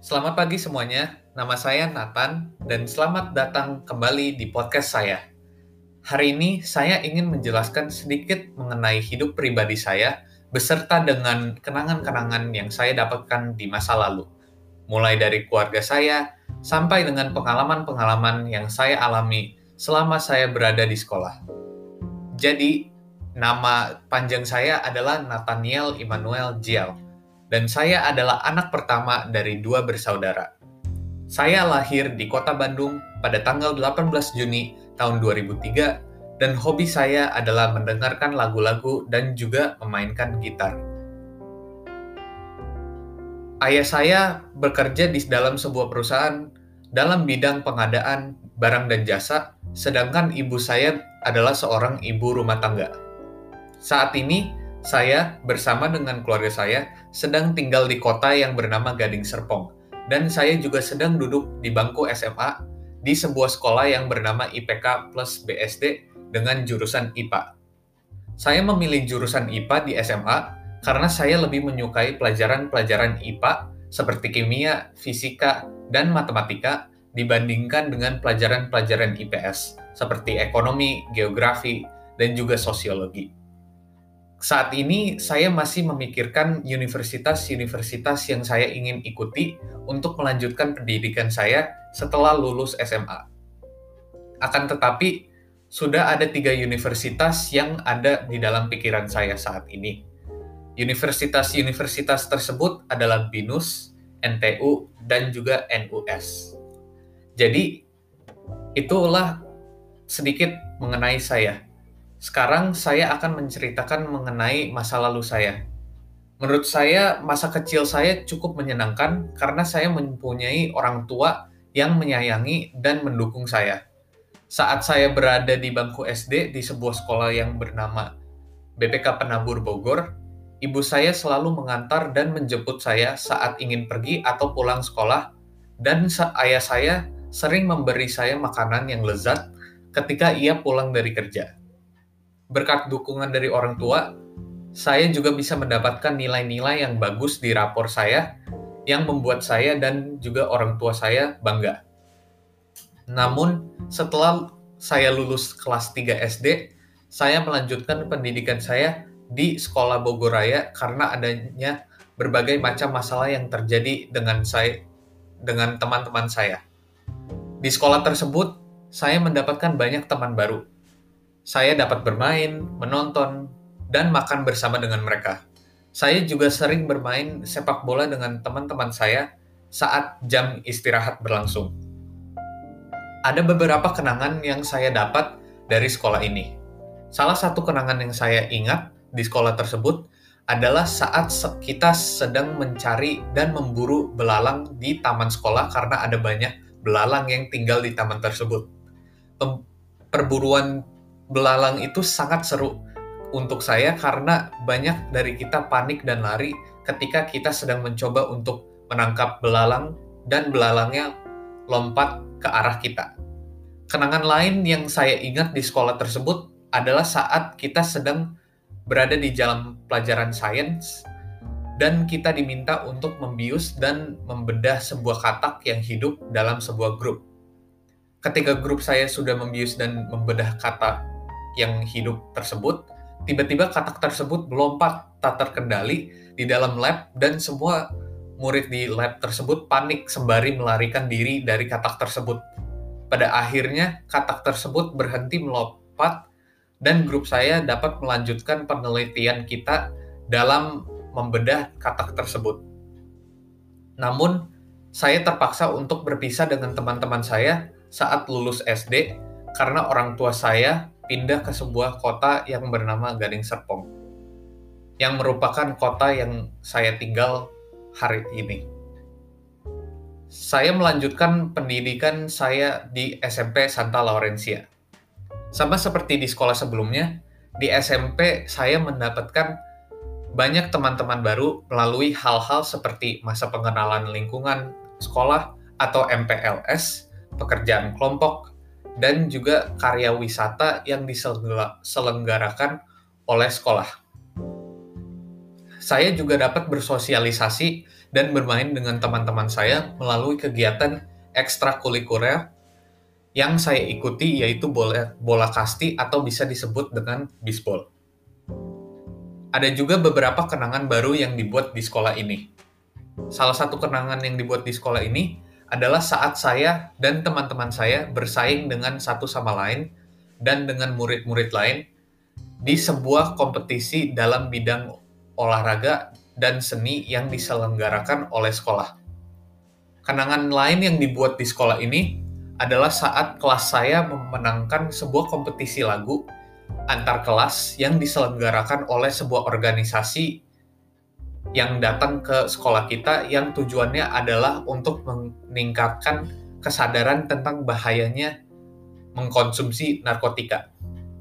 Selamat pagi semuanya, nama saya Nathan dan selamat datang kembali di podcast saya. Hari ini saya ingin menjelaskan sedikit mengenai hidup pribadi saya beserta dengan kenangan-kenangan yang saya dapatkan di masa lalu. Mulai dari keluarga saya sampai dengan pengalaman-pengalaman yang saya alami selama saya berada di sekolah. Jadi, nama panjang saya adalah Nathaniel Immanuel Jiao dan saya adalah anak pertama dari dua bersaudara. Saya lahir di kota Bandung pada tanggal 18 Juni tahun 2003 dan hobi saya adalah mendengarkan lagu-lagu dan juga memainkan gitar. Ayah saya bekerja di dalam sebuah perusahaan dalam bidang pengadaan barang dan jasa, sedangkan ibu saya adalah seorang ibu rumah tangga. Saat ini, saya bersama dengan keluarga saya sedang tinggal di kota yang bernama Gading Serpong, dan saya juga sedang duduk di bangku SMA di sebuah sekolah yang bernama IPK plus BSD dengan jurusan IPA. Saya memilih jurusan IPA di SMA karena saya lebih menyukai pelajaran-pelajaran IPA seperti kimia, fisika, dan matematika dibandingkan dengan pelajaran-pelajaran IPS seperti ekonomi, geografi, dan juga sosiologi. Saat ini saya masih memikirkan universitas-universitas yang saya ingin ikuti untuk melanjutkan pendidikan saya setelah lulus SMA. Akan tetapi, sudah ada 3 universitas yang ada di dalam pikiran saya saat ini. Universitas-universitas tersebut adalah BINUS, NTU, dan juga NUS. Jadi, itulah sedikit mengenai saya. Sekarang saya akan menceritakan mengenai masa lalu saya. Menurut saya, masa kecil saya cukup menyenangkan karena saya mempunyai orang tua yang menyayangi dan mendukung saya. Saat saya berada di bangku SD di sebuah sekolah yang bernama BPK Penabur Bogor, ibu saya selalu mengantar dan menjemput saya saat ingin pergi atau pulang sekolah, dan ayah saya sering memberi saya makanan yang lezat ketika ia pulang dari kerja. Berkat dukungan dari orang tua, saya juga bisa mendapatkan nilai-nilai yang bagus di rapor saya, yang membuat saya dan juga orang tua saya bangga. Namun, setelah saya lulus kelas 3 SD, saya melanjutkan pendidikan saya di Sekolah Bogor Raya karena adanya berbagai macam masalah yang terjadi dengan teman-teman saya. Di sekolah tersebut, saya mendapatkan banyak teman baru. Saya dapat bermain, menonton, dan makan bersama dengan mereka. Saya juga sering bermain sepak bola dengan teman-teman saya saat jam istirahat berlangsung. Ada beberapa kenangan yang saya dapat dari sekolah ini. Salah satu kenangan yang saya ingat di sekolah tersebut adalah saat kita sedang mencari dan memburu belalang di taman sekolah karena ada banyak belalang yang tinggal di taman tersebut. Perburuan belalang itu sangat seru untuk saya karena banyak dari kita panik dan lari ketika kita sedang mencoba untuk menangkap belalang dan belalangnya lompat ke arah kita. Kenangan lain yang saya ingat di sekolah tersebut adalah saat kita sedang berada di dalam pelajaran sains dan kita diminta untuk membius dan membedah sebuah katak yang hidup dalam sebuah grup. Ketika grup saya sudah membius dan membedah katak yang hidup tersebut, tiba-tiba katak tersebut melompat tak terkendali di dalam lab dan semua murid di lab tersebut panik sembari melarikan diri dari katak tersebut. Pada akhirnya, katak tersebut berhenti melompat dan grup saya dapat melanjutkan penelitian kita dalam membedah katak tersebut. Namun, saya terpaksa untuk berpisah dengan teman-teman saya saat lulus SD karena orang tua saya pindah ke sebuah kota yang bernama Gading Serpong, yang merupakan kota yang saya tinggal hari ini. Saya melanjutkan pendidikan saya di SMP Santa Laurencia. Sama seperti di sekolah sebelumnya, di SMP saya mendapatkan banyak teman-teman baru melalui hal-hal seperti masa pengenalan lingkungan sekolah atau MPLS, pekerjaan kelompok, dan juga karya wisata yang diselenggarakan oleh sekolah. saya juga dapat bersosialisasi dan bermain dengan teman-teman saya melalui kegiatan ekstrakurikuler yang saya ikuti, yaitu bola kasti atau bisa disebut dengan bisbol. Ada juga beberapa kenangan baru yang dibuat di sekolah ini. Salah satu kenangan yang dibuat di sekolah ini adalah saat saya dan teman-teman saya bersaing dengan satu sama lain dan dengan murid-murid lain di sebuah kompetisi dalam bidang olahraga dan seni yang diselenggarakan oleh sekolah. Kenangan lain yang dibuat di sekolah ini adalah saat kelas saya memenangkan sebuah kompetisi lagu antar kelas yang diselenggarakan oleh sebuah organisasi yang datang ke sekolah kita yang tujuannya adalah untuk meningkatkan kesadaran tentang bahayanya mengkonsumsi narkotika.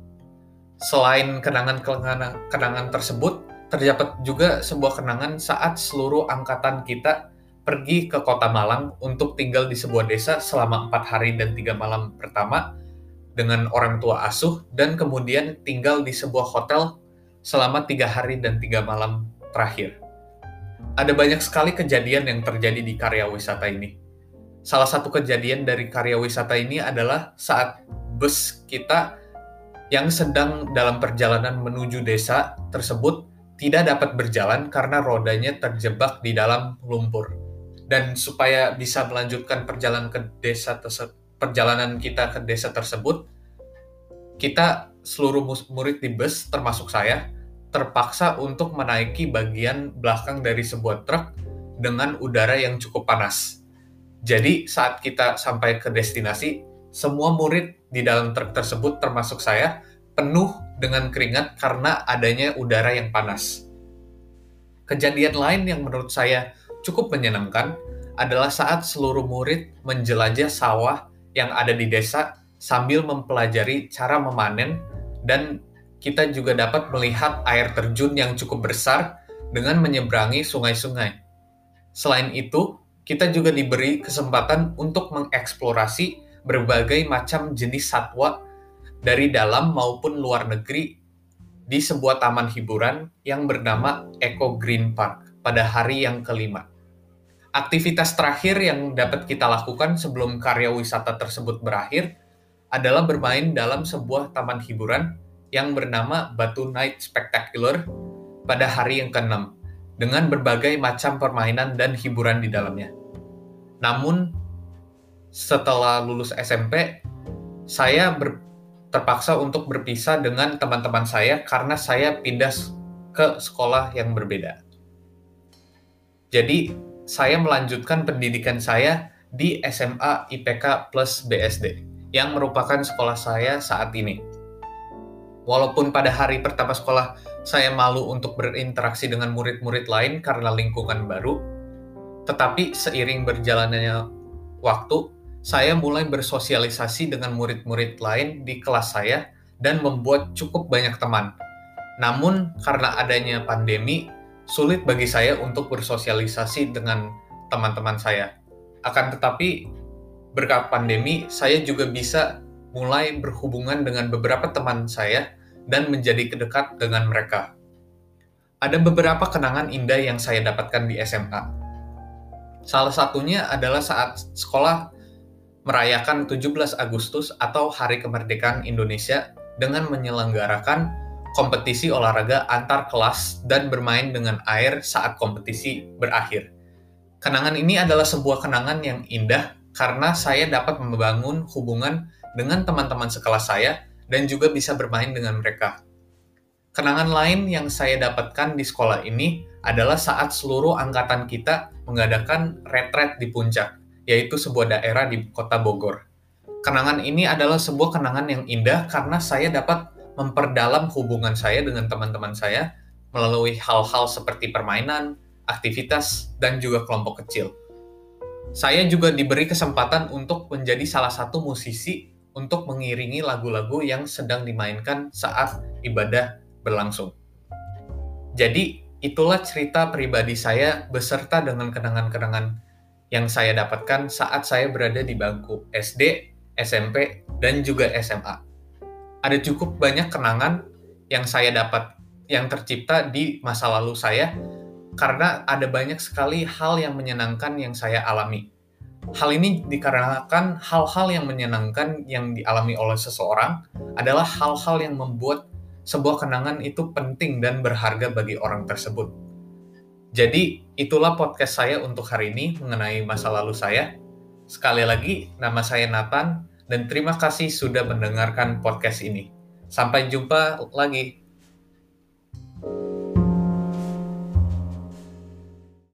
Selain kenangan tersebut, terdapat juga sebuah kenangan saat seluruh angkatan kita pergi ke Kota Malang untuk tinggal di sebuah desa selama 4 hari dan 3 malam pertama dengan orang tua asuh, dan kemudian tinggal di sebuah hotel selama 3 hari dan 3 malam terakhir. Ada banyak sekali kejadian yang terjadi di karya wisata ini. Salah satu kejadian dari karya wisata ini adalah saat bus kita yang sedang dalam perjalanan menuju desa tersebut tidak dapat berjalan karena rodanya terjebak di dalam lumpur. Dan supaya bisa melanjutkan perjalanan kita ke desa tersebut, kita seluruh murid di bus, termasuk saya, terpaksa untuk menaiki bagian belakang dari sebuah truk dengan udara yang cukup panas. Jadi saat kita sampai ke destinasi, semua murid di dalam truk tersebut, termasuk saya, penuh dengan keringat karena adanya udara yang panas. Kejadian lain yang menurut saya cukup menyenangkan adalah saat seluruh murid menjelajah sawah yang ada di desa sambil mempelajari cara memanen, dan kita juga dapat melihat air terjun yang cukup besar dengan menyeberangi sungai-sungai. Selain itu, kita juga diberi kesempatan untuk mengeksplorasi berbagai macam jenis satwa dari dalam maupun luar negeri di sebuah taman hiburan yang bernama Eco Green Park pada hari yang kelima. Aktivitas terakhir yang dapat kita lakukan sebelum karya wisata tersebut berakhir adalah bermain dalam sebuah taman hiburan yang bernama Batu Night Spectacular pada hari yang ke-6 dengan berbagai macam permainan dan hiburan di dalamnya. Namun, setelah lulus SMP, saya terpaksa untuk berpisah dengan teman-teman saya karena saya pindah ke sekolah yang berbeda. Jadi, saya melanjutkan pendidikan saya di SMA IPK plus BSD, yang merupakan sekolah saya saat ini. Walaupun pada hari pertama sekolah, saya malu untuk berinteraksi dengan murid-murid lain karena lingkungan baru, tetapi seiring berjalannya waktu, saya mulai bersosialisasi dengan murid-murid lain di kelas saya dan membuat cukup banyak teman. Namun, karena adanya pandemi, sulit bagi saya untuk bersosialisasi dengan teman-teman saya. Akan tetapi, berkat pandemi, saya juga bisa mulai berhubungan dengan beberapa teman saya dan menjadi dekat dengan mereka. Ada beberapa kenangan indah yang saya dapatkan di SMA. Salah satunya adalah saat sekolah merayakan 17 Agustus atau Hari Kemerdekaan Indonesia dengan menyelenggarakan kompetisi olahraga antar kelas dan bermain dengan air saat kompetisi berakhir. Kenangan ini adalah sebuah kenangan yang indah karena saya dapat membangun hubungan dengan teman-teman sekelas saya dan juga bisa bermain dengan mereka. Kenangan lain yang saya dapatkan di sekolah ini adalah saat seluruh angkatan kita mengadakan retret di Puncak, yaitu sebuah daerah di kota Bogor. Kenangan ini adalah sebuah kenangan yang indah karena saya dapat memperdalam hubungan saya dengan teman-teman saya melalui hal-hal seperti permainan, aktivitas, dan juga kelompok kecil. Saya juga diberi kesempatan untuk menjadi salah satu musisi untuk mengiringi lagu-lagu yang sedang dimainkan saat ibadah berlangsung. Jadi, itulah cerita pribadi saya beserta dengan kenangan-kenangan yang saya dapatkan saat saya berada di bangku SD, SMP, dan juga SMA. Ada cukup banyak kenangan yang saya dapat, yang tercipta di masa lalu saya, karena ada banyak sekali hal yang menyenangkan yang saya alami. Hal ini dikarenakan hal-hal yang menyenangkan yang dialami oleh seseorang adalah hal-hal yang membuat sebuah kenangan itu penting dan berharga bagi orang tersebut. Jadi, itulah podcast saya untuk hari ini mengenai masa lalu saya. Sekali lagi, nama saya Nathan, dan terima kasih sudah mendengarkan podcast ini. Sampai jumpa lagi.